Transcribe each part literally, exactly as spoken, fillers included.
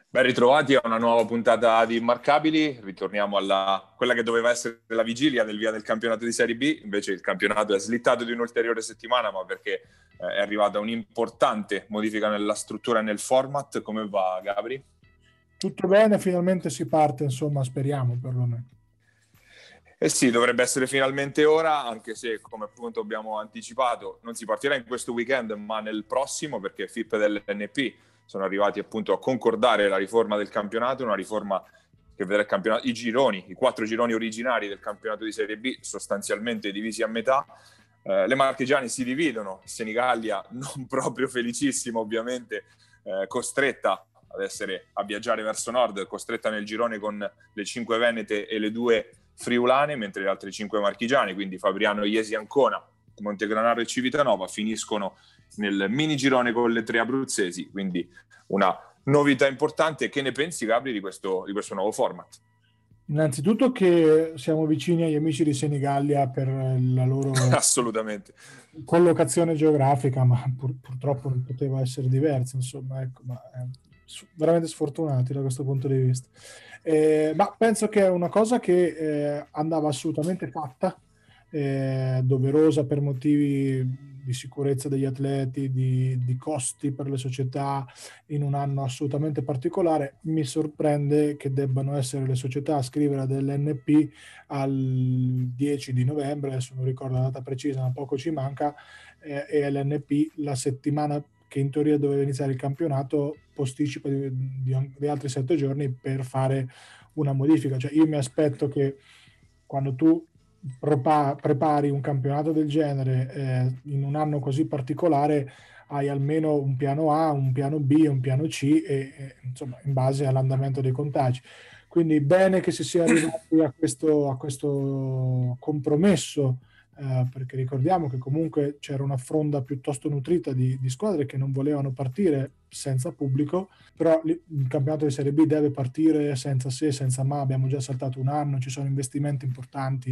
Ben ritrovati a una nuova puntata di Immarcabili. Ritorniamo alla quella che doveva essere la vigilia del via del campionato di Serie B. Invece il campionato è slittato di un'ulteriore settimana, ma perché eh, è arrivata un'importante modifica nella struttura e nel format. Come va, Gabri? Tutto bene, finalmente si parte, insomma, speriamo perlomeno. Eh sì, dovrebbe essere finalmente ora, anche se, come appunto abbiamo anticipato, non si partirà in questo weekend, ma nel prossimo, perché F I P dell'N P sono arrivati appunto a concordare la riforma del campionato, una riforma che vedrà il campionato, i gironi, i quattro gironi originari del campionato di Serie B sostanzialmente divisi a metà. Eh, le marchigiane si dividono, Senigallia non proprio felicissima ovviamente, eh, costretta ad essere a viaggiare verso nord, costretta nel girone con le cinque venete e le due friulane, mentre le altre cinque marchigiane, quindi Fabriano, Iesi, Ancona, Montegranaro e Civitanova, finiscono nel mini girone con le tre abruzzesi, quindi una novità importante. Che ne pensi, Gabri, di questo, di questo nuovo format? Innanzitutto che siamo vicini agli amici di Senigallia per la loro assolutamente collocazione geografica, ma pur, purtroppo non poteva essere diverso, insomma, ecco, ma è veramente sfortunati da questo punto di vista. Eh, ma penso che è una cosa che eh, andava assolutamente fatta, eh, doverosa per motivi di sicurezza degli atleti, di, di costi per le società in un anno assolutamente particolare. Mi sorprende che debbano essere le società a scrivere dell'N P al dieci di novembre, adesso non ricordo la data precisa, ma poco ci manca, eh, e l'N P la settimana che in teoria doveva iniziare il campionato posticipa di, di, di altri sette giorni per fare una modifica. Cioè io mi aspetto che quando tu propa- prepari un campionato del genere eh, in un anno così particolare hai almeno un piano A, un piano B, un piano C e, e insomma in base all'andamento dei contagi. Quindi bene che si sia arrivati a questo, a questo compromesso, eh, perché ricordiamo che comunque c'era una fronda piuttosto nutrita di, di squadre che non volevano partire senza pubblico, però il campionato di Serie B deve partire senza se, senza ma, abbiamo già saltato un anno, ci sono investimenti importanti,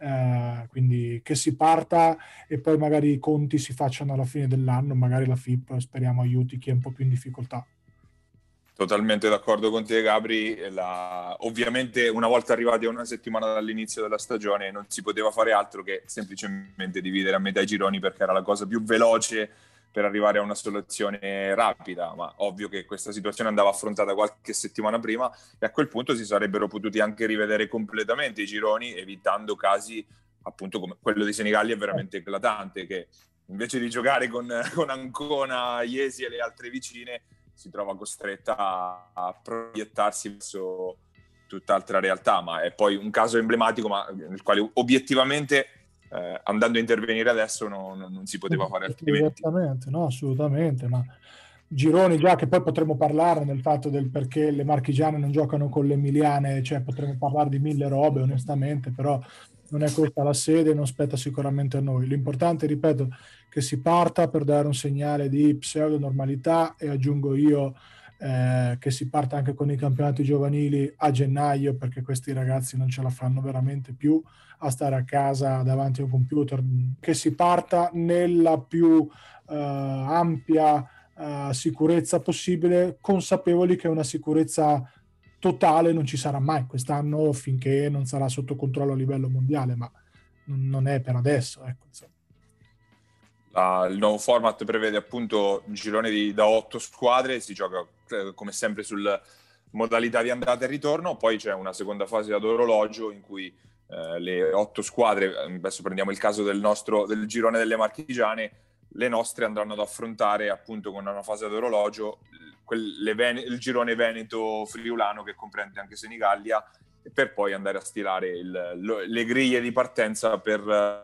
eh, quindi che si parta e poi magari i conti si facciano alla fine dell'anno, magari la F I P speriamo aiuti chi è un po' più in difficoltà. Totalmente d'accordo con te, Gabri. La... Ovviamente una volta arrivati a una settimana dall'inizio della stagione non si poteva fare altro che semplicemente dividere a metà i gironi, perché era la cosa più veloce per arrivare a una soluzione rapida, ma ovvio che questa situazione andava affrontata qualche settimana prima e a quel punto si sarebbero potuti anche rivedere completamente i gironi, evitando casi appunto come quello di Senigallia, è veramente eclatante, che invece di giocare con, con Ancona, Iesi e le altre vicine si trova costretta a, a proiettarsi verso tutt'altra realtà, ma è poi un caso emblematico, ma nel quale obiettivamente eh, andando a intervenire adesso no, no, non si poteva fare altrimenti. Assolutamente, no, assolutamente, ma gironi già che poi potremmo parlare del fatto del perché le marchigiane non giocano con le emiliane, cioè potremmo parlare di mille robe onestamente, però non è questa la sede, non spetta sicuramente a noi. L'importante, ripeto, che si parta per dare un segnale di pseudo normalità e aggiungo io eh, che si parta anche con i campionati giovanili a gennaio, perché questi ragazzi non ce la fanno veramente più a stare a casa davanti a un computer, che si parta nella più eh, ampia eh, sicurezza possibile, consapevoli che una sicurezza totale non ci sarà mai quest'anno finché non sarà sotto controllo a livello mondiale, ma non è per adesso, ecco, insomma. La, il nuovo format prevede appunto un girone di, da otto squadre, si gioca eh, come sempre sul modalità di andata e ritorno, poi c'è una seconda fase ad orologio in cui eh, le otto squadre, adesso prendiamo il caso del nostro del girone delle marchigiane, le nostre andranno ad affrontare appunto con una fase ad orologio quel, Ven- il girone veneto-friulano che comprende anche Senigallia, per poi andare a stilare il, lo, le griglie di partenza per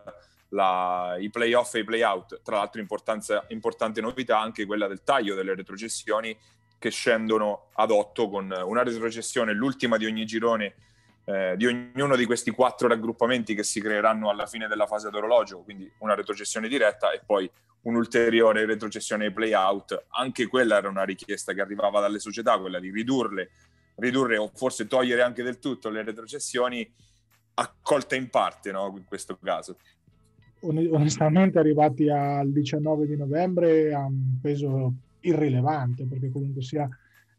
la, i play-off e i play-out. Tra l'altro importante novità anche quella del taglio delle retrocessioni, che scendono ad otto con una retrocessione, l'ultima di ogni girone, eh, di ognuno di questi quattro raggruppamenti che si creeranno alla fine della fase d'orologio, quindi una retrocessione diretta e poi un'ulteriore retrocessione ai play-out. Anche quella era una richiesta che arrivava dalle società, quella di ridurle, ridurre o forse togliere anche del tutto le retrocessioni, accolta in parte, no, in questo caso. Onestamente arrivati al diciannove di novembre ha un peso irrilevante, perché comunque sia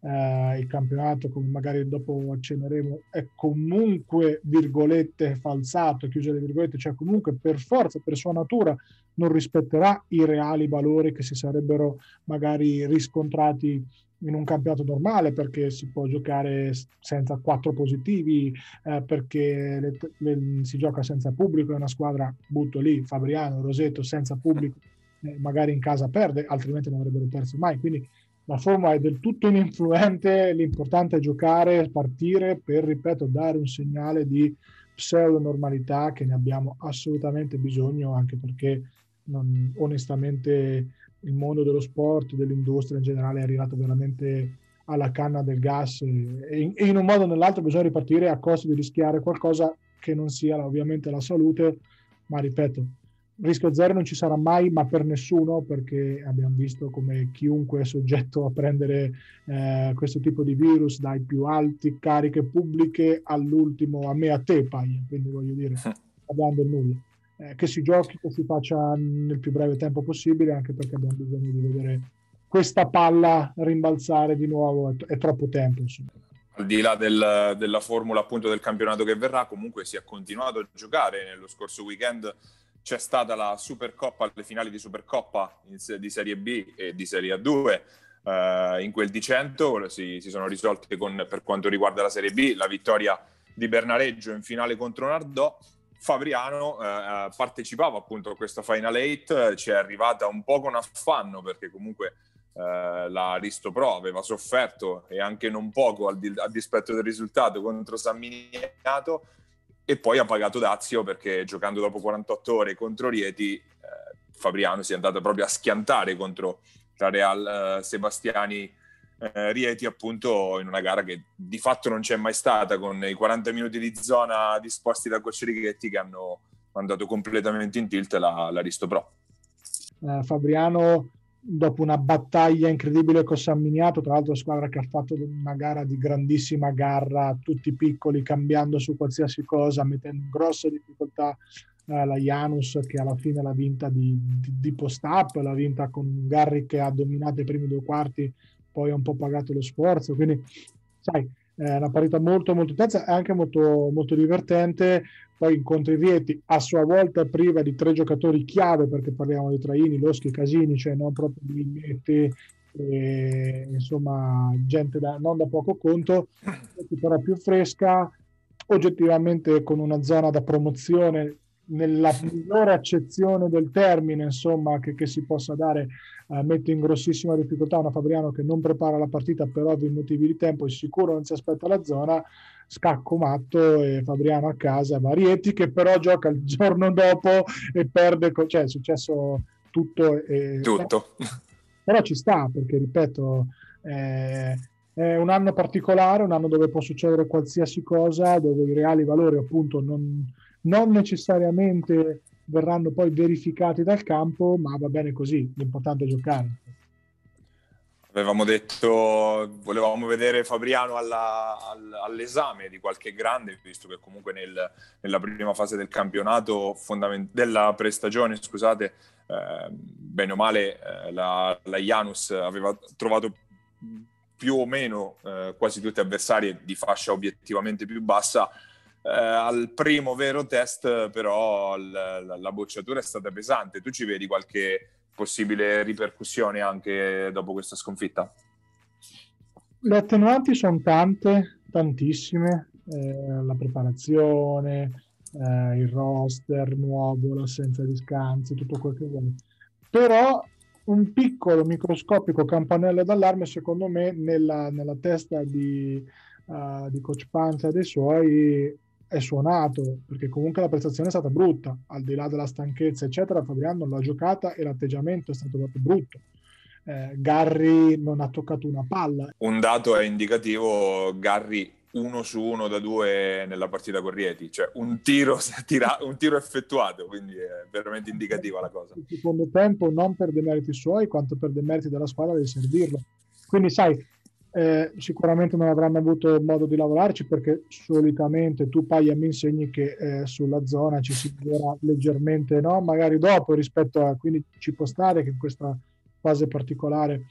eh, il campionato, come magari dopo accenneremo, è comunque, virgolette, falsato, chiuse le virgolette, cioè comunque per forza, per sua natura, non rispetterà i reali valori che si sarebbero magari riscontrati in un campionato normale, perché si può giocare senza quattro positivi, eh, perché le, le, si gioca senza pubblico, è una squadra, butto lì, Fabriano, Roseto, senza pubblico, eh, magari in casa perde, altrimenti non avrebbero perso mai, quindi la forma è del tutto ininfluente, l'importante è giocare, partire per, ripeto, dare un segnale di pseudo normalità che ne abbiamo assolutamente bisogno, anche perché non, onestamente il mondo dello sport, dell'industria in generale è arrivato veramente alla canna del gas e in, e in un modo o nell'altro bisogna ripartire a costo di rischiare qualcosa che non sia ovviamente la salute, ma ripeto, rischio zero non ci sarà mai, ma per nessuno, perché abbiamo visto come chiunque è soggetto a prendere eh, questo tipo di virus, dai più alti cariche pubbliche all'ultimo a me a te, Paia, quindi voglio dire, parlando del nulla. Eh, che si giochi, che si faccia nel più breve tempo possibile, anche perché abbiamo bisogno di vedere questa palla rimbalzare di nuovo, è, è troppo tempo, insomma. Al di là del, della formula appunto del campionato che verrà, comunque si è continuato a giocare. Nello scorso weekend c'è stata la Supercoppa, le finali di Supercoppa di Serie B e di Serie A due. Uh, in quel di cento si, si sono risolte con, per quanto riguarda la Serie B, la vittoria di Bernareggio in finale contro Nardò. Fabriano uh, partecipava appunto a questa Final Eight, ci è arrivata un po' con affanno perché comunque Uh, la Risto Pro aveva sofferto e anche non poco al di- a dispetto del risultato contro San Miniato, e poi ha pagato dazio perché giocando dopo quarantotto ore contro Rieti, eh, Fabriano si è andato proprio a schiantare contro la Real eh, Sebastiani eh, Rieti, appunto in una gara che di fatto non c'è mai stata, con i quaranta minuti di zona disposti da Coach Righetti che hanno mandato completamente in tilt la, la Risto Pro. Uh, Fabriano, dopo una battaglia incredibile con San Miniato, tra l'altro squadra che ha fatto una gara di grandissima garra, tutti piccoli, cambiando su qualsiasi cosa, mettendo in grossa difficoltà eh, la Janus, che alla fine l'ha vinta di, di, di post-up, l'ha vinta con Garri che ha dominato i primi due quarti, poi ha un po' pagato lo sforzo, quindi sai, è una partita molto molto intensa e anche molto, molto divertente. Poi incontri Rieti a sua volta priva di tre giocatori chiave, perché parliamo di Traini, Loschi, Casini, cioè non proprio di Migneti, e, insomma gente da, non da poco conto, però più fresca, oggettivamente con una zona da promozione nella migliore accezione del termine, insomma, che, che si possa dare. Uh, mette in grossissima difficoltà una Fabriano che non prepara la partita per ovvi motivi di tempo e sicuro non si aspetta la zona, scacco matto e Fabriano a casa, Rieti che però gioca il giorno dopo e perde, cioè è successo tutto, e, tutto. Però, però ci sta, perché ripeto eh, è un anno particolare, un anno dove può succedere qualsiasi cosa, dove i reali valori appunto non, non necessariamente verranno poi verificati dal campo, ma va bene così, l'importante è giocare. Avevamo detto, volevamo vedere Fabriano alla, all, all'esame di qualche grande, visto che comunque nel, nella prima fase del campionato, fondament- della prestagione, scusate, eh, bene o male, eh, la, la Janus aveva trovato più o meno eh, quasi tutti avversari di fascia obiettivamente più bassa. Eh, al primo vero test però l- la, la bocciatura è stata pesante. Tu ci vedi qualche possibile ripercussione anche dopo questa sconfitta? Le attenuanti sono tante, tantissime, eh, la preparazione, eh, il roster nuovo, l'assenza di scansi, tutto quel che vuoi. Però un piccolo microscopico campanello d'allarme secondo me nella, nella testa di, uh, di Coach Panza e dei suoi è suonato, perché comunque la prestazione è stata brutta, al di là della stanchezza eccetera. Fabriano non l'ha giocata e l'atteggiamento è stato proprio brutto. eh, Garri non ha toccato una palla. Un dato è indicativo: Garri uno su uno da due nella partita con Rieti, cioè un tiro, tira, un tiro effettuato, quindi è veramente indicativa la cosa. Il secondo tempo non per demeriti suoi quanto per demeriti della squadra di servirlo, quindi sai, eh, sicuramente non avranno avuto modo di lavorarci, perché solitamente tu Paia mi insegni che eh, sulla zona ci si lavora leggermente, no? Magari dopo rispetto a, quindi ci può stare che in questa fase particolare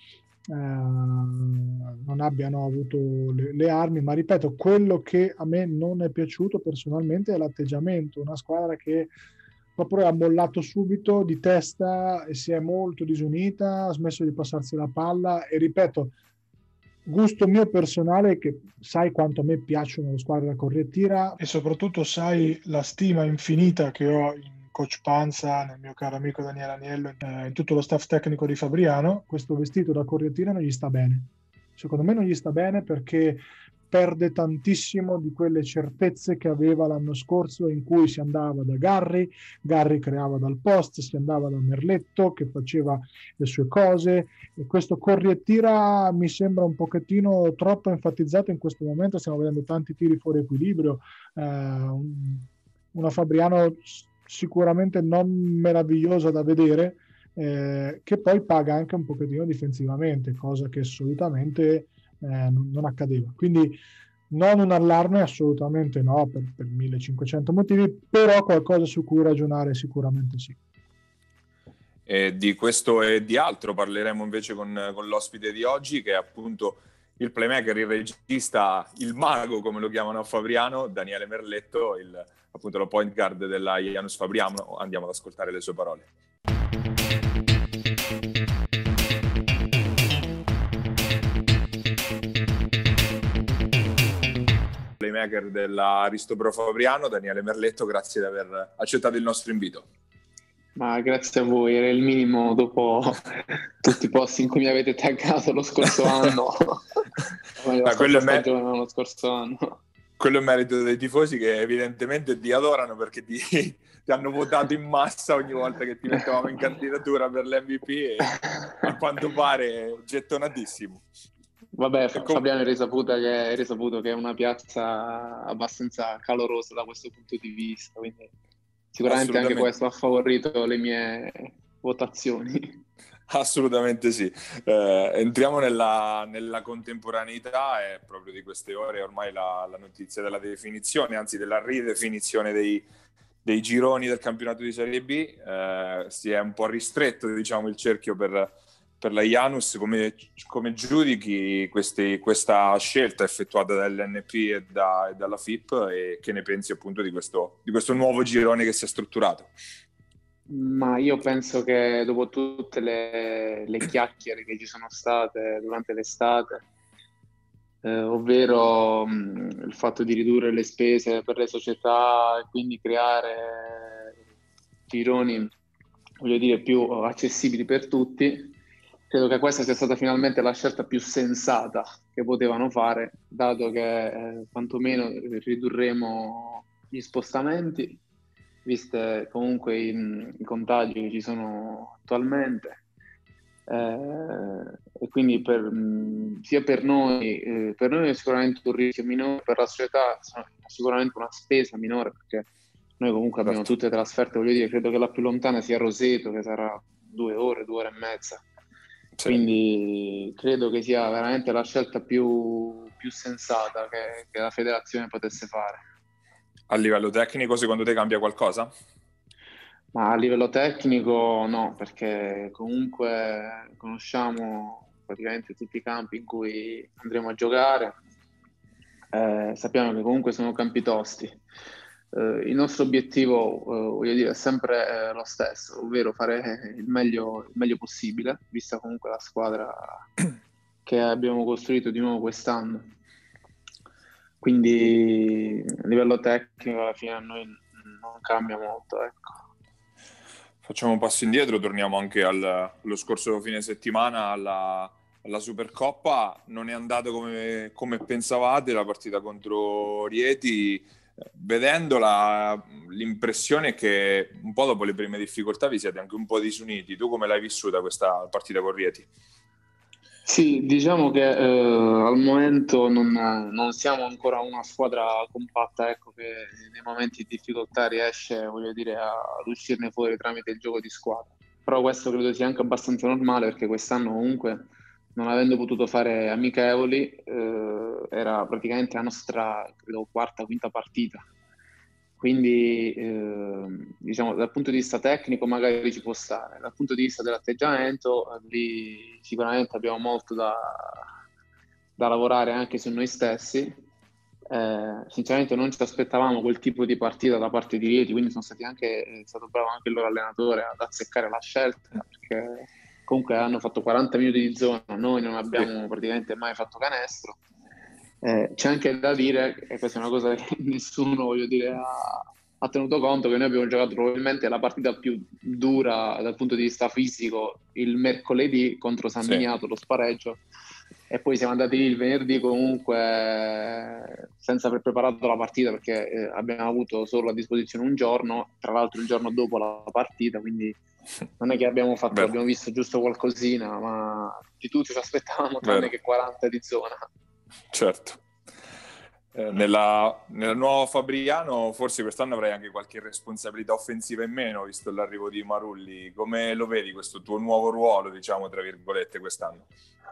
eh, non abbiano avuto le, le armi, ma ripeto, quello che a me non è piaciuto personalmente è l'atteggiamento, una squadra che proprio ha mollato subito di testa e si è molto disunita, ha smesso di passarsi la palla e ripeto, gusto mio personale che sai quanto a me piacciono le squadre da corretira e soprattutto sai la stima infinita che ho in Coach Panza, nel mio caro amico Daniele Agnello, eh, in tutto lo staff tecnico di Fabriano. Questo vestito da corretira non gli sta bene. Secondo me non gli sta bene perché perde tantissimo di quelle certezze che aveva l'anno scorso in cui si andava da Garri, Garri creava dal post, si andava da Merletto che faceva le sue cose e questo corrietira mi sembra un pochettino troppo enfatizzato in questo momento, stiamo vedendo tanti tiri fuori equilibrio, eh, una Fabriano sicuramente non meravigliosa da vedere, eh, che poi paga anche un pochettino difensivamente, cosa che assolutamente eh, non accadeva. Quindi non un allarme, assolutamente no, per, per millecinquecento motivi, però qualcosa su cui ragionare sicuramente sì. E di questo e di altro parleremo invece con, con l'ospite di oggi, che è appunto il playmaker, il regista, il mago, come lo chiamano a Fabriano, Daniele Merletto, il, appunto lo point guard della Janus Fabriano. Andiamo ad ascoltare le sue parole. Playmaker della Aristopro Fabriano, Daniele Merletto, grazie di aver accettato il nostro invito. Ma grazie a voi, era il minimo dopo tutti i posti in cui mi avete taggato lo scorso anno. Ma quello, è mer- lo scorso anno. quello è merito dei tifosi che evidentemente ti adorano perché ti, ti hanno votato in massa ogni volta che ti mettevamo in candidatura per l'M V P e a quanto pare gettonatissimo. Vabbè, com- Fabriano è risaputo che, è risaputo che è una piazza abbastanza calorosa da questo punto di vista, quindi sicuramente anche questo ha favorito le mie votazioni. Assolutamente sì. Eh, entriamo nella, nella contemporaneità, è proprio di queste ore ormai la, la notizia della definizione, anzi della ridefinizione dei, dei gironi del campionato di Serie B. Eh, si è un po' ristretto, diciamo, il cerchio per, per la Janus. Come, come giudichi questi, questa scelta effettuata dall'N P e, da, e dalla F I P e che ne pensi appunto di questo, di questo nuovo girone che si è strutturato? Ma io penso che dopo tutte le, le chiacchiere che ci sono state durante l'estate, eh, ovvero mh, il fatto di ridurre le spese per le società e quindi creare gironi, voglio dire, più accessibili per tutti, credo che questa sia stata finalmente la scelta più sensata che potevano fare, dato che eh, quantomeno ridurremo gli spostamenti, viste comunque i, i contagi che ci sono attualmente. Eh, e quindi per, mh, sia per noi, eh, per noi è sicuramente un rischio minore, per la società è sicuramente una spesa minore, perché noi comunque abbiamo Certo. tutte trasferte, voglio dire, credo che la più lontana sia Roseto, che sarà due ore, due ore e mezza. Sì. Quindi credo che sia veramente la scelta più, più sensata che, che la federazione potesse fare. A livello tecnico, secondo te cambia qualcosa? Ma a livello tecnico no, perché comunque conosciamo praticamente tutti i campi in cui andremo a giocare, eh, sappiamo che comunque sono campi tosti. Eh, il nostro obiettivo, eh, voglio dire, è sempre eh, lo stesso, ovvero fare il meglio, il meglio possibile, vista comunque la squadra che abbiamo costruito di nuovo quest'anno. Quindi a livello tecnico alla fine a noi non cambia molto, ecco. Facciamo un passo indietro, torniamo anche al, allo scorso fine settimana alla, alla Supercoppa. Non è andato come, come pensavate la partita contro Rieti. Vedendola, l'impressione è che un po' dopo le prime difficoltà vi siete anche un po' disuniti. Tu come l'hai vissuta questa partita con Rieti? Sì, diciamo che eh, al momento non, non siamo ancora una squadra compatta, ecco, che nei momenti di difficoltà riesce, voglio dire, a- ad uscirne fuori tramite il gioco di squadra. Però questo credo sia anche abbastanza normale, perché quest'anno comunque, non avendo potuto fare amichevoli, eh, era praticamente la nostra, credo, quarta, quinta partita. quindi eh, diciamo dal punto di vista tecnico magari ci può stare, dal punto di vista dell'atteggiamento eh, lì sicuramente abbiamo molto da, da lavorare anche su noi stessi. Eh, sinceramente non ci aspettavamo quel tipo di partita da parte di Rieti, quindi sono stati anche, è stato bravo anche il loro allenatore ad azzeccare la scelta, perché comunque hanno fatto quaranta minuti di zona, noi non abbiamo sì. praticamente mai fatto canestro. Eh, c'è anche da dire, e questa è una cosa che nessuno, voglio dire, ha, ha tenuto conto, che noi abbiamo giocato probabilmente la partita più dura dal punto di vista fisico il mercoledì contro San Miniato, sì. lo spareggio, e poi siamo andati lì il venerdì comunque senza aver preparato la partita, perché eh, abbiamo avuto solo a disposizione un giorno, tra l'altro il giorno dopo la partita, quindi non è che abbiamo fatto, Vero. abbiamo visto giusto qualcosina, ma di tutto ci aspettavamo tranne Vero. che quaranta di zona. Certo. Eh, nella, nella nuova Fabriano forse quest'anno avrai anche qualche responsabilità offensiva in meno, visto l'arrivo di Marulli. Come lo vedi questo tuo nuovo ruolo, diciamo, tra virgolette, quest'anno?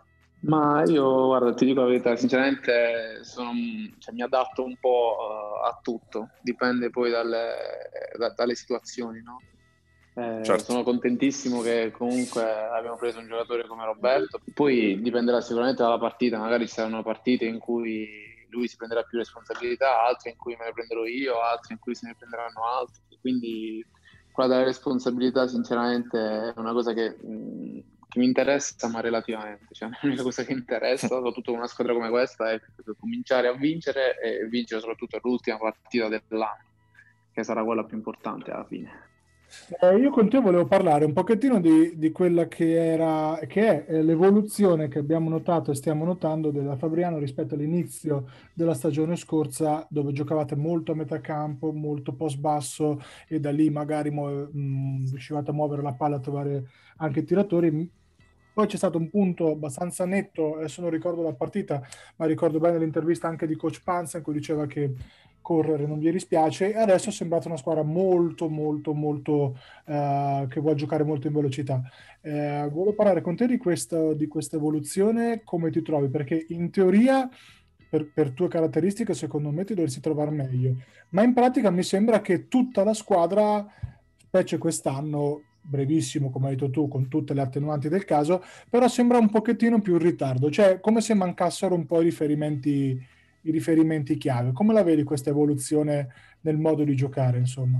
Ma io, guarda, ti dico la verità, sinceramente sono, cioè, mi adatto un po' uh, a tutto, dipende poi dalle, da, dalle situazioni, no? Eh, certo. Sono contentissimo che comunque abbiamo preso un giocatore come Roberto, poi dipenderà sicuramente dalla partita, magari ci saranno partite in cui lui si prenderà più responsabilità, altre in cui me ne prenderò io, altre in cui se ne prenderanno altri, quindi quella della responsabilità sinceramente è una cosa che, mh, che mi interessa, ma relativamente, cioè l'unica cosa che interessa, soprattutto con una squadra come questa, è cominciare a vincere e vincere soprattutto l'ultima partita dell'anno, che sarà quella più importante alla fine. Eh, io con te volevo parlare un pochettino di, di quella che era, che è l'evoluzione che abbiamo notato e stiamo notando della Fabriano rispetto all'inizio della stagione scorsa, dove giocavate molto a metà campo, molto post basso, e da lì magari mu- mh, riuscivate a muovere la palla, a trovare anche tiratori. Poi c'è stato un punto abbastanza netto, adesso non ricordo la partita, ma ricordo bene l'intervista anche di Coach Panza in cui diceva che correre non gli dispiace, e adesso è sembrata una squadra molto molto molto eh, che vuole giocare molto in velocità. Eh, volevo parlare con te di questa, di questa evoluzione, come ti trovi, perché in teoria per, per tue caratteristiche secondo me ti dovresti trovare meglio, ma in pratica mi sembra che tutta la squadra, specie quest'anno, brevissimo come hai detto tu, con tutte le attenuanti del caso, però sembra un pochettino più in ritardo, cioè come se mancassero un po' i riferimenti i riferimenti chiave. Come la vedi questa evoluzione nel modo di giocare, insomma?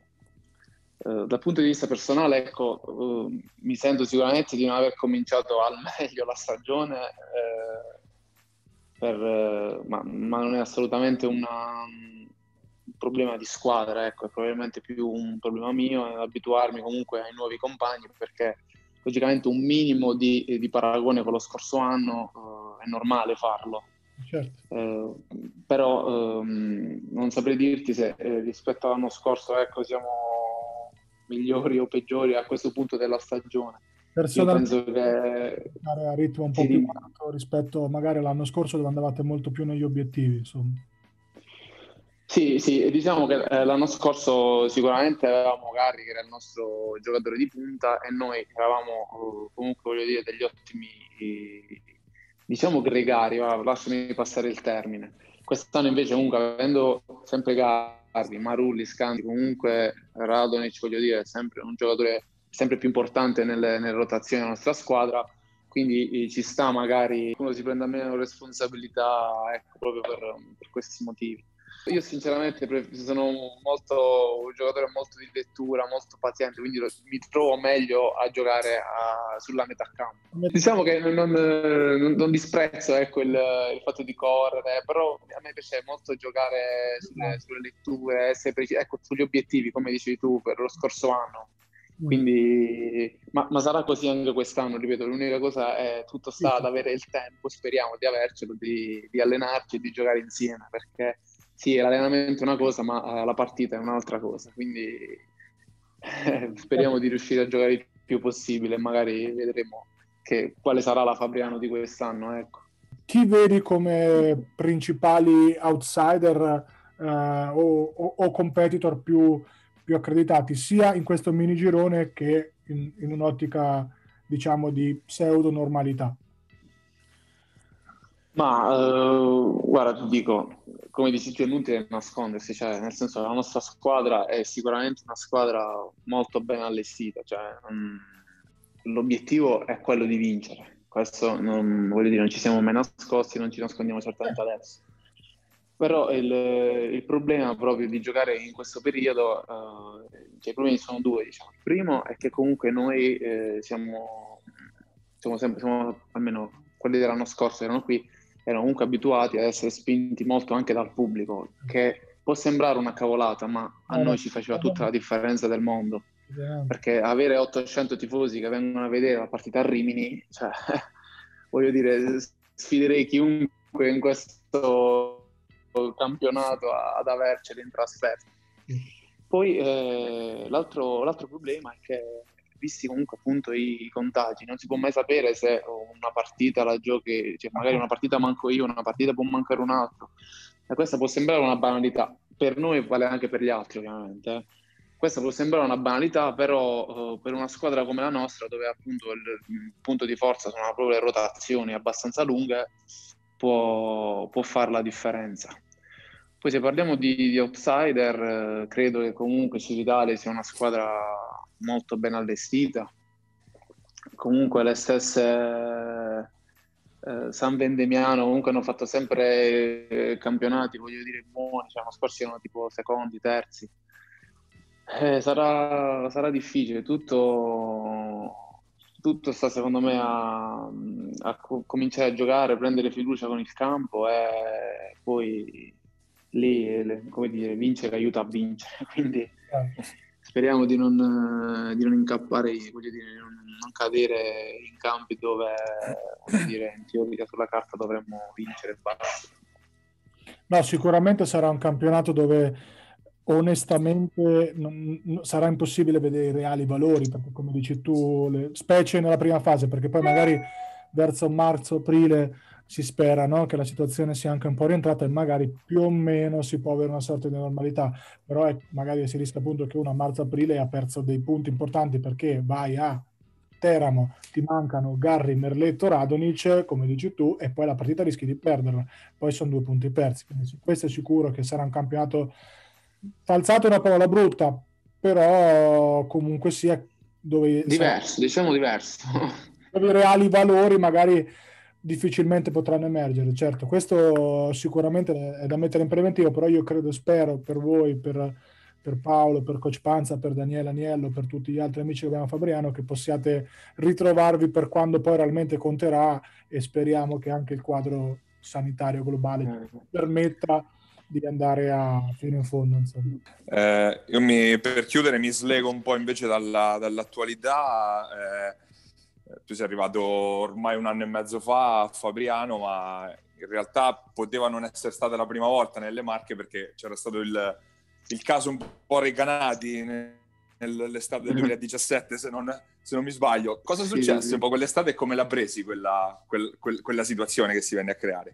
Uh, dal punto di vista personale, ecco, uh, mi sento sicuramente di non aver cominciato al meglio la stagione, eh, per, eh, ma, ma non è assolutamente una, un problema di squadra, ecco, è probabilmente più un problema mio, è abituarmi comunque ai nuovi compagni, perché logicamente un minimo di, di paragone con lo scorso anno uh, è normale farlo. Certo. Eh, però ehm, non saprei dirti se eh, rispetto all'anno scorso ecco, siamo migliori o peggiori a questo punto della stagione. Io penso che a ritmo un po' sì, più alto rispetto magari all'anno scorso, dove andavate molto più negli obiettivi, insomma. Sì, sì, diciamo che eh, l'anno scorso sicuramente avevamo Garri, che era il nostro giocatore di punta, e noi eravamo eh, comunque, voglio dire, degli ottimi, diciamo, gregari, va, lasciami passare il termine. Quest'anno invece comunque, avendo sempre Garri, Marulli, Scanti, comunque Radonic, voglio dire, è sempre un giocatore sempre più importante nelle, nelle rotazioni della nostra squadra, quindi eh, ci sta magari uno si prenda meno responsabilità, ecco, proprio per, per questi motivi. Io sinceramente sono molto, un giocatore molto di lettura, molto paziente, quindi mi trovo meglio a giocare a, sulla metà campo. Diciamo che non, non, non disprezzo ecco, il, il fatto di correre, però a me piace molto giocare sulle, sulle letture, essere preci- ecco, sugli obiettivi, come dicevi tu, per lo scorso anno. Quindi, ma, ma sarà così anche quest'anno, ripeto, l'unica cosa è tutto sta ad avere il tempo, speriamo di avercelo, di, di allenarci e di giocare insieme, perché sì, l'allenamento è una cosa, ma la partita è un'altra cosa, quindi eh, speriamo di riuscire a giocare il più possibile e magari vedremo che, quale sarà la Fabriano di quest'anno, ecco. Chi vedi come principali outsider eh, o, o, o competitor più, più accreditati, sia in questo mini girone che in, in un'ottica, diciamo, di pseudo normalità? Ma uh, guarda, ti dico, come dici tu, è inutile nascondersi, cioè, nel senso che la nostra squadra è sicuramente una squadra molto ben allestita, cioè, non, l'obiettivo è quello di vincere, questo non, voglio dire, non ci siamo mai nascosti, non ci nascondiamo certamente adesso. Però il, il problema proprio di giocare in questo periodo, uh, cioè i problemi sono due, diciamo. Il primo è che comunque noi eh, siamo, siamo sempre, siamo, almeno quelli dell'anno scorso erano qui, erano comunque abituati ad essere spinti molto anche dal pubblico, che può sembrare una cavolata, ma a noi ci faceva tutta la differenza del mondo. Perché avere ottocento tifosi che vengono a vedere la partita a Rimini, cioè, voglio dire, sfiderei chiunque in questo campionato ad averceli in trasferta. Poi eh, l'altro, l'altro problema è che, visti comunque appunto i, i contagi, non si può mai sapere se una partita la giochi, cioè magari una partita manco io, una partita può mancare un altro, e questa può sembrare una banalità, per noi vale anche per gli altri ovviamente, eh. Questa può sembrare una banalità, però uh, per una squadra come la nostra, dove appunto il, il punto di forza sono proprio le rotazioni abbastanza lunghe, può, può fare la differenza. Poi se parliamo di, di outsider, eh, credo che comunque Cividale sia una squadra molto ben allestita. Comunque le stesse eh, San Vendemiano comunque hanno fatto sempre eh, campionati, voglio dire, buoni, cioè l'anno scorso erano tipo secondi, terzi. Eh, sarà, sarà difficile, tutto, tutto sta secondo me a, a co- cominciare a giocare, prendere fiducia con il campo e poi lì, le- come dire, vincere aiuta a vincere, quindi speriamo di non, di non incappare, voglio dire, di non, non cadere in campi dove, voglio dire, in teoria sulla carta dovremmo vincere e basta. No, sicuramente sarà un campionato dove onestamente non, non- sarà impossibile vedere i reali valori, perché come dici tu, le- specie nella prima fase, perché poi magari verso marzo-aprile si spera, no, che la situazione sia anche un po' rientrata e magari più o meno si può avere una sorta di normalità, però è- magari si rischia appunto che uno a marzo-aprile ha perso dei punti importanti perché vai a Teramo, ti mancano Garri, Merletto, Radonic, come dici tu, e poi la partita rischi di perderla. Poi sono due punti persi, quindi su questo è sicuro che sarà un campionato falsato, è una parola brutta, però comunque sia dove, Diverso, sarà, diciamo diverso. dove i reali valori magari difficilmente potranno emergere. Certo, questo sicuramente è da mettere in preventivo, però io credo, spero per voi, per, per Paolo, per Coach Panza, per Daniele Aniello, per tutti gli altri amici che abbiamo a Fabriano, che possiate ritrovarvi per quando poi realmente conterà, e speriamo che anche il quadro sanitario globale permetta di andare a fino in fondo, insomma. Eh, io mi, per chiudere mi slego un po' invece dalla, dall'attualità. Eh, tu sei arrivato ormai un anno e mezzo fa a Fabriano, ma in realtà poteva non essere stata la prima volta nelle Marche, perché c'era stato il, il caso un po' Recanati nell'estate del duemiladiciassette, se non, se non mi sbaglio. Cosa è Sì, successo sì. un po' quell'estate e come l'ha presi quella, quel, quel, quella situazione che si venne a creare?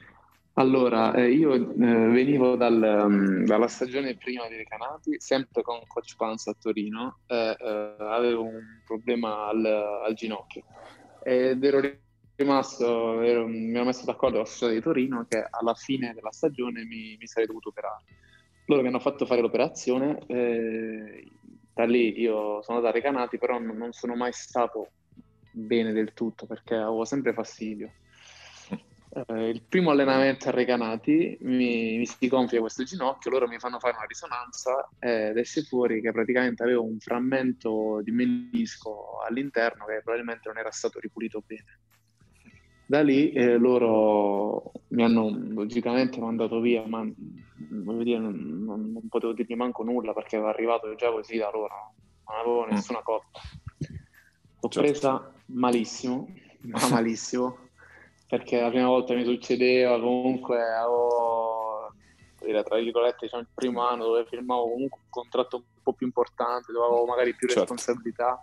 Allora, eh, io eh, venivo dal, um, dalla stagione prima di Recanati, sempre con Coach Panza a Torino, e eh, avevo un problema al, al ginocchio ed ero rimasto, ero, mi ero messo d'accordo con la società di Torino che alla fine della stagione mi, mi sarei dovuto operare. Loro mi hanno fatto fare l'operazione, eh, da lì io sono andato a Recanati, però non, non sono mai stato bene del tutto perché avevo sempre fastidio. Uh, il primo allenamento a Recanati mi, mi si gonfia questo ginocchio, loro mi fanno fare una risonanza ed esce fuori che praticamente avevo un frammento di menisco all'interno che probabilmente non era stato ripulito bene. Da lì eh, loro mi hanno logicamente mandato via, ma voglio dire, non, non, non potevo dirgli manco nulla perché ero arrivato già così da loro, non avevo nessuna colpa. L'ho presa malissimo, ma malissimo. Perché la prima volta mi succedeva, comunque avevo, dire, tra virgolette, diciamo, il primo anno dove firmavo comunque un contratto un po' più importante, dove avevo magari più Certo. responsabilità.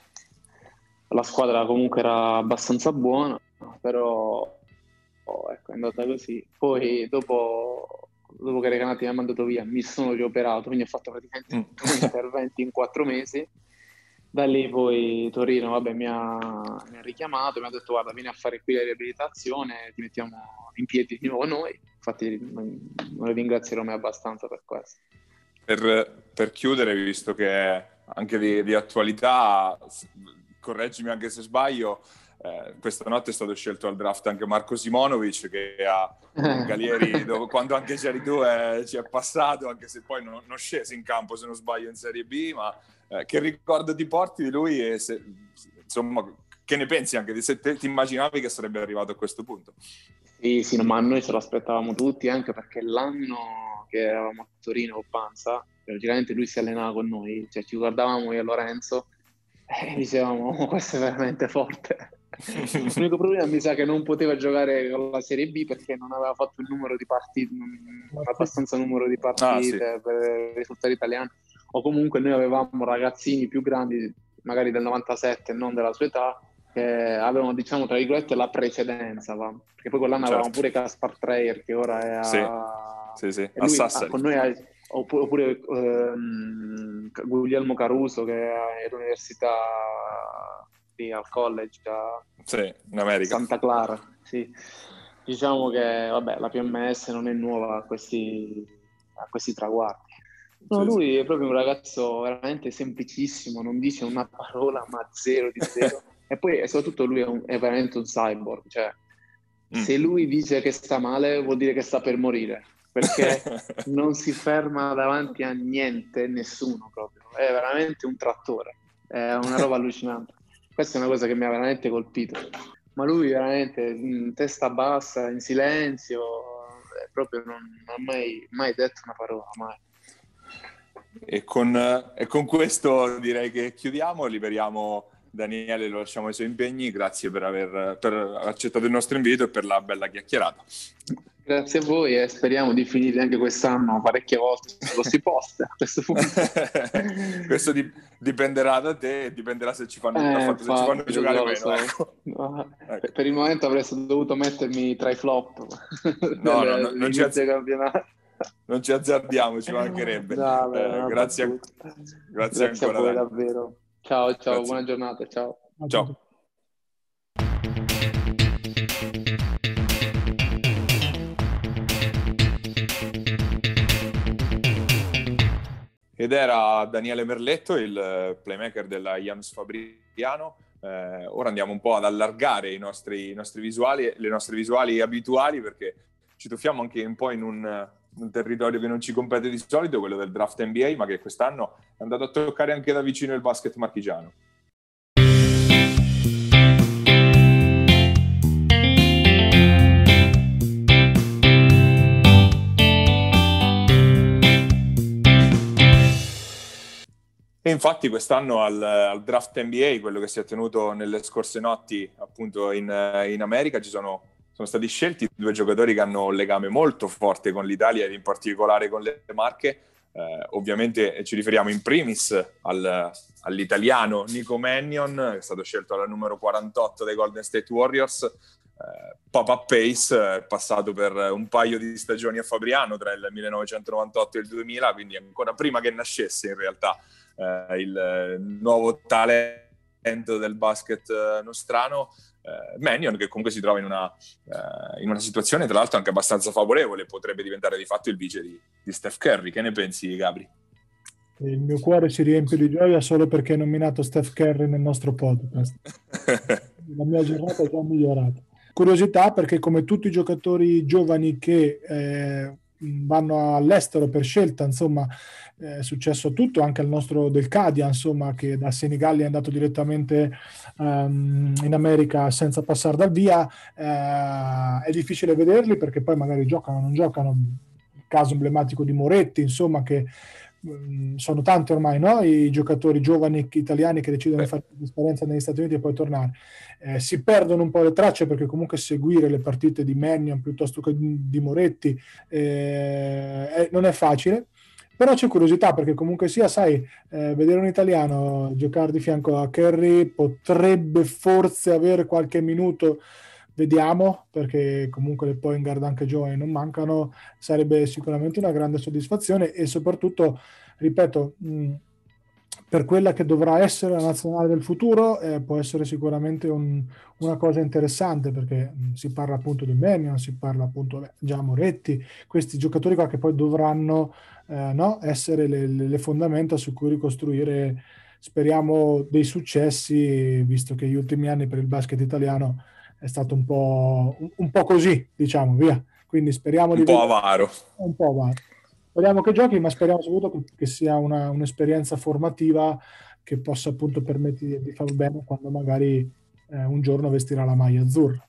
La squadra comunque era abbastanza buona, però oh, ecco, è andata così. Poi dopo, dopo che Recanati mi ha mandato via, mi sono rioperato, quindi ho fatto praticamente Mm. due interventi in quattro mesi. Da lì poi Torino vabbè, mi, ha, mi ha richiamato, mi ha detto guarda vieni a fare qui la riabilitazione, ti mettiamo in piedi di nuovo noi. infatti non, non lo ringrazierò mai abbastanza per questo. Per, per chiudere, visto che anche di, di attualità, correggimi anche se sbaglio, eh, questa notte è stato scelto al draft anche Marco Simonovic, che ha un Cagliari dove, quando anche c'eri tu, eh, ci è passato, anche se poi non, non scese in campo, se non sbaglio, in Serie B, ma eh, che ricordo ti porti di lui e se, insomma, che ne pensi anche di se te, ti immaginavi che sarebbe arrivato a questo punto? Sì, sì, no, ma noi ce lo aspettavamo tutti, anche perché l'anno che eravamo a Torino con Panza, logicamente lui si allenava con noi, cioè ci guardavamo io e Lorenzo e dicevamo, oh, questo è veramente forte. L'unico problema mi sa che non poteva giocare con la Serie B perché non aveva fatto il numero di partite, abbastanza numero di partite ah, sì. per i risultati italiani, o comunque noi avevamo ragazzini più grandi, magari del novantasette, non della sua età, che avevano, diciamo, tra virgolette, la precedenza, va? Perché poi quell'anno Certo. avevamo pure Kaspar Treyer, che ora è a... Sì, sì, sì. E lui, a ah, con noi ha... oppure, oppure ehm, Guglielmo Caruso, che è all'università lì al college a sì, in America. Santa Clara. Sì. Diciamo che vabbè, la P M S non è nuova a questi, a questi traguardi. No, Sì, lui sì. è proprio un ragazzo veramente semplicissimo, non dice una parola, ma zero di zero. E poi soprattutto lui è, un, è veramente un cyborg, cioè mm. se lui dice che sta male vuol dire che sta per morire, perché non si ferma davanti a niente, nessuno proprio, è veramente un trattore, è una roba allucinante. Questa è una cosa che mi ha veramente colpito, ma lui veramente in testa bassa, in silenzio, proprio non, non ha mai, mai detto una parola, mai. E con, e con questo direi che chiudiamo, liberiamo Daniele, lo lasciamo ai suoi impegni. Grazie per aver, per aver accettato il nostro invito e per la bella chiacchierata. Grazie a voi e speriamo di finire anche quest'anno parecchie volte lo si posta a questo punto. Questo di, dipenderà da te e dipenderà se ci fanno, eh, dal fatto infatti, se ci fanno giocare so, meno. so. Ecco. No, ecco. Per il momento avresti dovuto mettermi tra i flop. No, no, no, non, ci azz- campionato. non ci azzardiamo, ci mancherebbe. No, beh, eh, grazie, a, grazie, grazie ancora, a voi Dani. davvero. Ciao, ciao, Grazie. buona giornata, ciao. Ciao. Ed era Daniele Merletto, il playmaker della Jams Fabriano. Eh, ora andiamo un po' ad allargare i nostri, i nostri visuali, le nostre visuali abituali, perché ci tuffiamo anche un po' in un, un territorio che non ci compete di solito, quello del draft N B A, ma che quest'anno è andato a toccare anche da vicino il basket marchigiano. E infatti quest'anno al, al draft N B A, quello che si è tenuto nelle scorse notti appunto in, in America, ci sono, sono stati scelti due giocatori che hanno un legame molto forte con l'Italia ed in particolare con le Marche. Eh, ovviamente ci riferiamo in primis al, all'italiano Nico Mannion, che è stato scelto alla numero quarantotto dei Golden State Warriors. Eh, Papa Pace è passato per un paio di stagioni a Fabriano tra il millenovecentonovantotto e il duemila, quindi ancora prima che nascesse in realtà Uh, il nuovo talento del basket uh, nostrano, uh, Mannion, che comunque si trova in una, uh, in una situazione tra l'altro anche abbastanza favorevole, potrebbe diventare di fatto il vice di, di Steph Curry. Che ne pensi, Gabri? Il mio cuore si riempie di gioia solo perché hai nominato Steph Curry nel nostro podcast. La mia giornata è già migliorata. Curiosità, perché come tutti i giocatori giovani che eh, vanno all'estero per scelta, insomma, è successo tutto, anche al nostro Del Cadia, insomma, che da Senigallia è andato direttamente um, in America senza passare dal via. Eh, è difficile vederli perché poi magari giocano o non giocano. Il caso emblematico di Moretti, insomma, che um, sono tanti ormai, no? I giocatori giovani italiani che decidono di fare esperienza negli Stati Uniti e poi tornare. Eh, si perdono un po' le tracce perché comunque seguire le partite di Mannion piuttosto che di Moretti eh, è, non è facile. Però c'è curiosità perché comunque sia, sai, eh, vedere un italiano giocare di fianco a Curry potrebbe forse avere qualche minuto, vediamo, perché comunque le point guard anche giovani non mancano, sarebbe sicuramente una grande soddisfazione e soprattutto, ripeto, mh, per quella che dovrà essere la nazionale del futuro eh, può essere sicuramente un, una cosa interessante, perché mh, si parla appunto di Mannion, si parla appunto beh, già Moretti, questi giocatori qua che poi dovranno eh, no, essere le, le fondamenta su cui ricostruire, speriamo, dei successi, visto che gli ultimi anni per il basket italiano è stato un po', un, un po' così, diciamo, via. Quindi speriamo Un di po' vedere avaro. un po' avaro. Speriamo che giochi, ma speriamo soprattutto che, che sia una, un'esperienza formativa che possa appunto permettere di, di far bene quando magari eh, un giorno vestirà la maglia azzurra.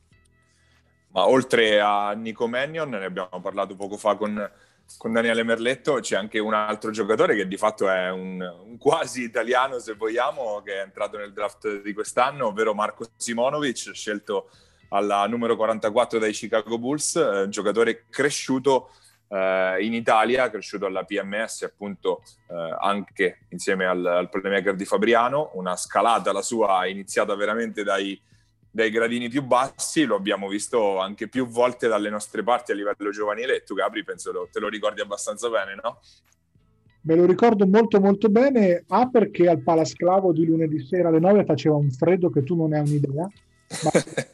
Ma oltre a Nico Mannion, ne abbiamo parlato poco fa con, con Daniele Merletto, c'è anche un altro giocatore che di fatto è un, un quasi italiano, se vogliamo, che è entrato nel draft di quest'anno, ovvero Marco Simonovic, scelto alla numero quarantaquattro dai Chicago Bulls, eh, giocatore cresciuto eh, in Italia, cresciuto alla P M S appunto eh, anche insieme al, al playmaker di Fabriano, una scalata la sua iniziata veramente dai dai gradini più bassi, lo abbiamo visto anche più volte dalle nostre parti a livello giovanile, e tu Gabri penso lo, te lo ricordi abbastanza bene, no? Me lo ricordo molto molto bene, A perché al Palasclavo di lunedì sera alle nove faceva un freddo che tu non hai un'idea, ma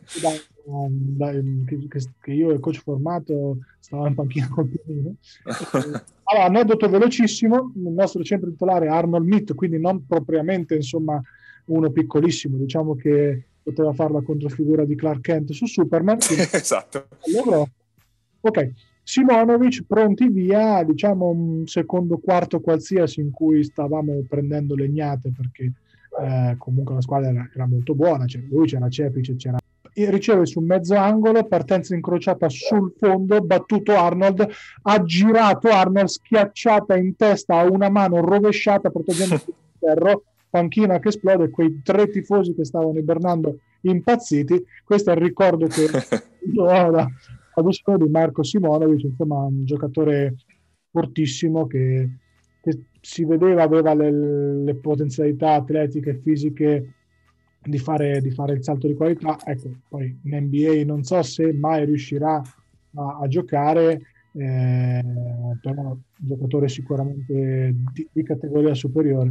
da, da, che, che io e il coach formato stavamo in panchina col pianino. Allora, aneddoto velocissimo, il nostro centro titolare è Arnold Meat, quindi non propriamente insomma uno piccolissimo, diciamo che poteva fare la controfigura di Clark Kent su Superman. Esatto. Allora, ok, Simonovic pronti via, diciamo un secondo quarto qualsiasi in cui stavamo prendendo legnate perché eh, comunque la squadra era, era molto buona, c'era lui, c'era Cepic, c'era riceve su mezzo angolo, partenza incrociata sul fondo, battuto Arnold, ha girato Arnold, schiacciata in testa a una mano rovesciata proteggendo il ferro, panchina che esplode, quei tre tifosi che stavano ibernando impazziti. Questo è il ricordo che io ho da, di Marco Simonovic, insomma un giocatore fortissimo che, che si vedeva aveva le, le potenzialità atletiche e fisiche di fare, di fare il salto di qualità. Ecco, poi in N B A non so se mai riuscirà a, a giocare, eh, però un giocatore sicuramente di, di categoria superiore.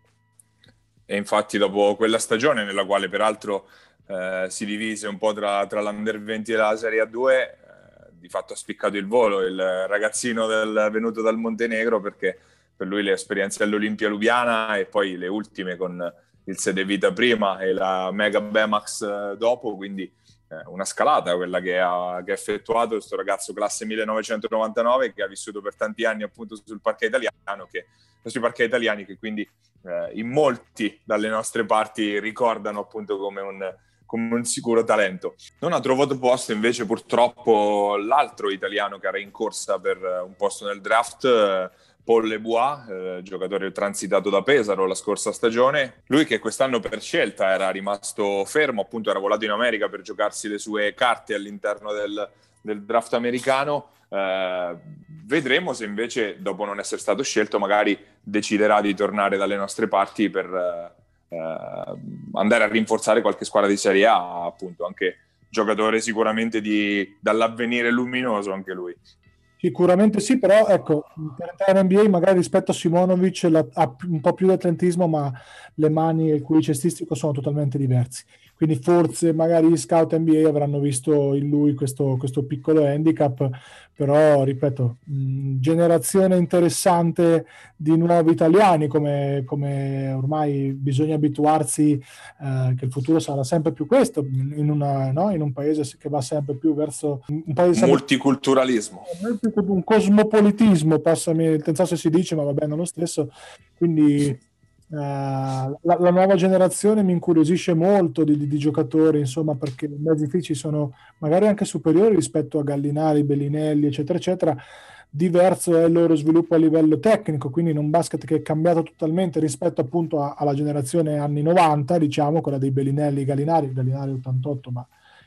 E infatti dopo quella stagione, nella quale peraltro eh, si divise un po' tra, tra l'Under venti e la Serie A due, eh, di fatto ha spiccato il volo il ragazzino del, venuto dal Montenegro, perché per lui le esperienze all'Olimpia Lubiana e poi le ultime con il Sede Vita prima e la Mega Bemax dopo, quindi eh, una scalata quella che ha, che ha effettuato questo ragazzo classe millenovecentonovantanove, che ha vissuto per tanti anni appunto sul parquet italiano, che, sui parquet italiani che quindi eh, in molti dalle nostre parti ricordano appunto come un, come un sicuro talento. Non ha trovato posto invece purtroppo l'altro italiano che era in corsa per un posto nel draft, eh, Paul Lebois, eh, giocatore transitato da Pesaro la scorsa stagione. Lui che quest'anno per scelta era rimasto fermo, appunto era volato in America per giocarsi le sue carte all'interno del, del draft americano. Eh, vedremo se invece, dopo non essere stato scelto, magari deciderà di tornare dalle nostre parti per eh, andare a rinforzare qualche squadra di Serie A, appunto, anche giocatore sicuramente di, dall'avvenire luminoso anche lui. Sicuramente sì, però ecco, per entrare in N B A magari rispetto a Simonovic la, ha un po' più di atletismo, ma le mani e il cuore cestistico sono totalmente diversi. Quindi forse magari gli scout N B A avranno visto in lui questo, questo piccolo handicap, però ripeto, mh, generazione interessante di nuovi italiani, come, come ormai bisogna abituarsi eh, che il futuro sarà sempre più questo, in, una, no? in un paese che va sempre più verso un paese sempre multiculturalismo. Un cosmopolitismo, passami, non so se si dice, ma va bene lo stesso. Quindi Uh, la, la nuova generazione mi incuriosisce molto di, di, di giocatori, insomma, perché i mezzifici sono magari anche superiori rispetto a Gallinari, Bellinelli, eccetera, eccetera. Diverso è il loro sviluppo a livello tecnico, quindi in un basket che è cambiato totalmente rispetto appunto a, alla generazione anni novanta, diciamo, quella dei Bellinelli, Gallinari, Gallinari ottantotto, ma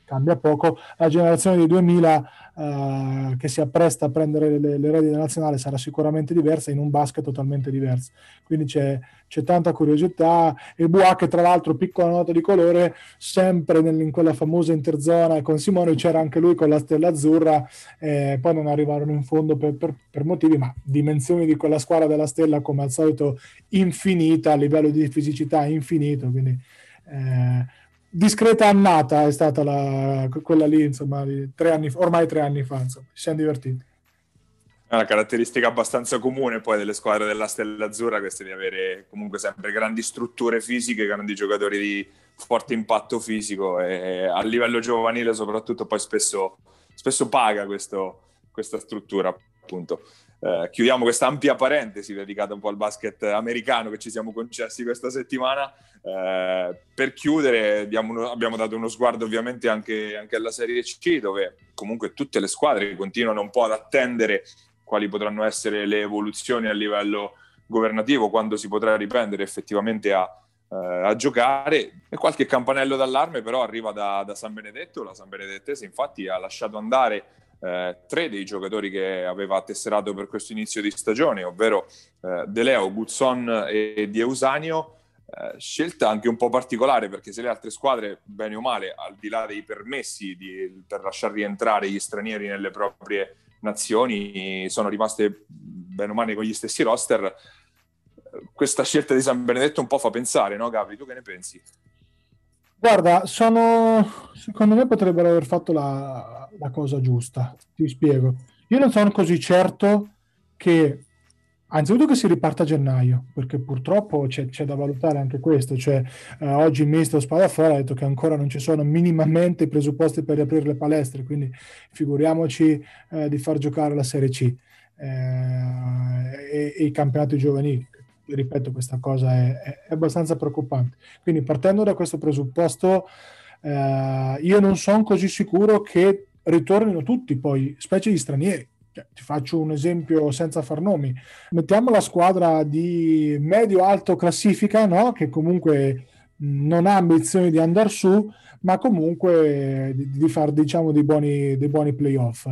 cambia poco. La generazione dei duemila uh, che si appresta a prendere le, le redini della nazionale sarà sicuramente diversa, in un basket totalmente diverso, quindi c'è, c'è tanta curiosità. E Bua, che tra l'altro, piccola nota di colore, sempre nel, in quella famosa interzona con Simone c'era anche lui con la stella azzurra, eh, poi non arrivarono in fondo per, per, per motivi, ma dimensioni di quella squadra della stella come al solito infinita, a livello di fisicità infinito, quindi eh, discreta annata è stata la, quella lì, insomma, di tre anni, ormai tre anni fa, insomma, ci siamo divertiti. È una caratteristica abbastanza comune poi delle squadre della Stella Azzurra, questa di avere comunque sempre grandi strutture fisiche, grandi giocatori di forte impatto fisico, e a livello giovanile soprattutto poi spesso, spesso paga questo, questa struttura, appunto. Eh, chiudiamo questa ampia parentesi dedicata un po' al basket americano che ci siamo concessi questa settimana. Eh, per chiudere diamo uno, abbiamo dato uno sguardo ovviamente anche, anche alla Serie C, dove comunque tutte le squadre continuano un po' ad attendere quali potranno essere le evoluzioni a livello governativo, quando si potrà riprendere effettivamente a, eh, a giocare. E qualche campanello d'allarme però arriva da, da San Benedetto. La San Benedettese infatti ha lasciato andare Eh, tre dei giocatori che aveva tesserato per questo inizio di stagione, ovvero eh, De Leo, Guzon e Di Eusanio, eh, scelta anche un po' particolare, perché se le altre squadre, bene o male, al di là dei permessi di, per lasciar rientrare gli stranieri nelle proprie nazioni, sono rimaste bene o male con gli stessi roster, questa scelta di San Benedetto un po' fa pensare, no Gabri? Tu che ne pensi? Guarda, sono, secondo me potrebbero aver fatto la, la cosa giusta. Ti spiego. Io non sono così certo che, anzitutto, che si riparta a gennaio, perché purtroppo c'è, c'è da valutare anche questo. Cioè, eh, oggi il ministro Spadafora ha detto che ancora non ci sono minimamente i presupposti per riaprire le palestre, quindi figuriamoci eh, di far giocare la Serie C eh, e, e i campionati giovanili. Ripeto, questa cosa è, è abbastanza preoccupante. Quindi, partendo da questo presupposto, eh, io non sono così sicuro che ritornino tutti, poi, specie gli stranieri. Cioè, ti faccio un esempio senza far nomi. Mettiamo la squadra di medio-alto classifica, no? Che comunque non ha ambizioni di andare su, ma comunque di, di fare, diciamo, dei buoni, dei buoni playoff.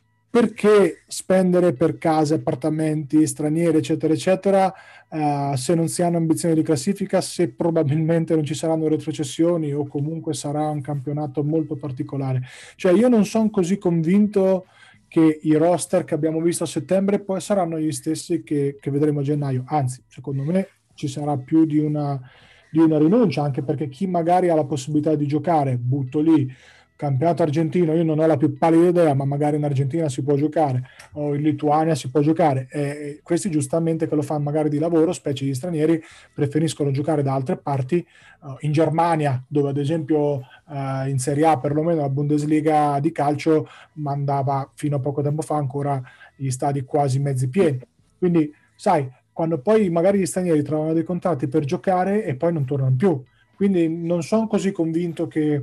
Perché spendere per case, appartamenti, stranieri, eccetera, eccetera, uh, se non si hanno ambizioni di classifica, se probabilmente non ci saranno retrocessioni o comunque sarà un campionato molto particolare. Cioè, io non sono così convinto che i roster che abbiamo visto a settembre poi saranno gli stessi che, che vedremo a gennaio. Anzi, secondo me ci sarà più di una, di una rinuncia, anche perché chi magari ha la possibilità di giocare, butto lì, campionato argentino, io non ho la più pallida idea, ma magari in Argentina si può giocare o in Lituania si può giocare, e questi giustamente, che lo fanno magari di lavoro, specie gli stranieri, preferiscono giocare da altre parti, uh, in Germania, dove ad esempio uh, in Serie A perlomeno la Bundesliga di calcio mandava fino a poco tempo fa ancora gli stadi quasi mezzi pieni. Quindi sai, quando poi magari gli stranieri trovano dei contratti per giocare e poi non tornano più, quindi non sono così convinto che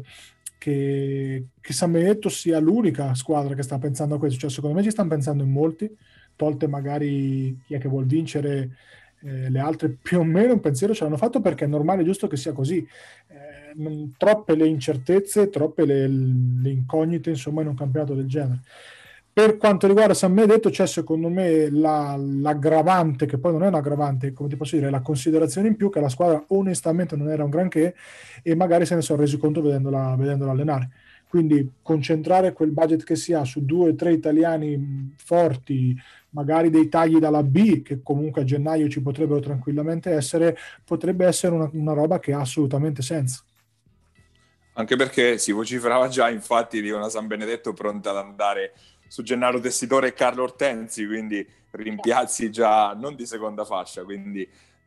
Che, che San Benedetto sia l'unica squadra che sta pensando a questo. Cioè, secondo me ci stanno pensando in molti, tolte magari chi è che vuol vincere, eh, le altre più o meno un pensiero ce l'hanno fatto, perché è normale, giusto che sia così. Eh, non, troppe le incertezze, troppe le, le incognite, insomma, in un campionato del genere. Per quanto riguarda San Benedetto, c'è secondo me la, l'aggravante, che poi non è un aggravante, come ti posso dire, la considerazione in più, che la squadra onestamente non era un granché e magari se ne sono resi conto vedendola, vedendola allenare. Quindi concentrare quel budget che si ha su due o tre italiani forti, magari dei tagli dalla B, che comunque a gennaio ci potrebbero tranquillamente essere, potrebbe essere una, una roba che ha assolutamente senso. Anche perché si vociferava già infatti di una San Benedetto pronta ad andare su Gennaro Tessitore e Carlo Ortensi, quindi rimpiazzi già non di seconda fascia, quindi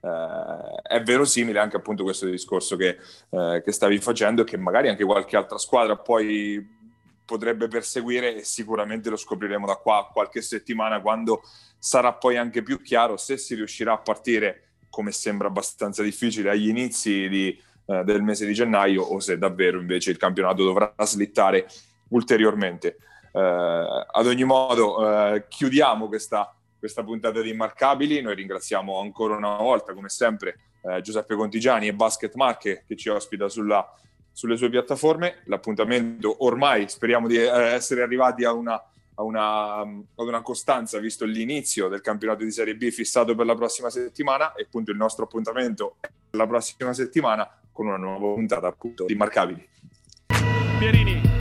eh, è verosimile anche appunto questo discorso che, eh, che stavi facendo, e che magari anche qualche altra squadra poi potrebbe perseguire, e sicuramente lo scopriremo da qua a qualche settimana, quando sarà poi anche più chiaro se si riuscirà a partire, come sembra abbastanza difficile, agli inizi di, eh, del mese di gennaio, o se davvero invece il campionato dovrà slittare ulteriormente. Uh, ad ogni modo uh, chiudiamo questa, questa puntata di Immarcabili. Noi ringraziamo ancora una volta, come sempre, uh, Giuseppe Contigiani e Basket Marche, che ci ospita sulla sulle sue piattaforme. L'appuntamento ormai speriamo di essere arrivati a una, a una, ad una costanza, visto l'inizio del campionato di Serie B fissato per la prossima settimana, e appunto il nostro appuntamento è la prossima settimana con una nuova puntata appunto di Immarcabili. Pierini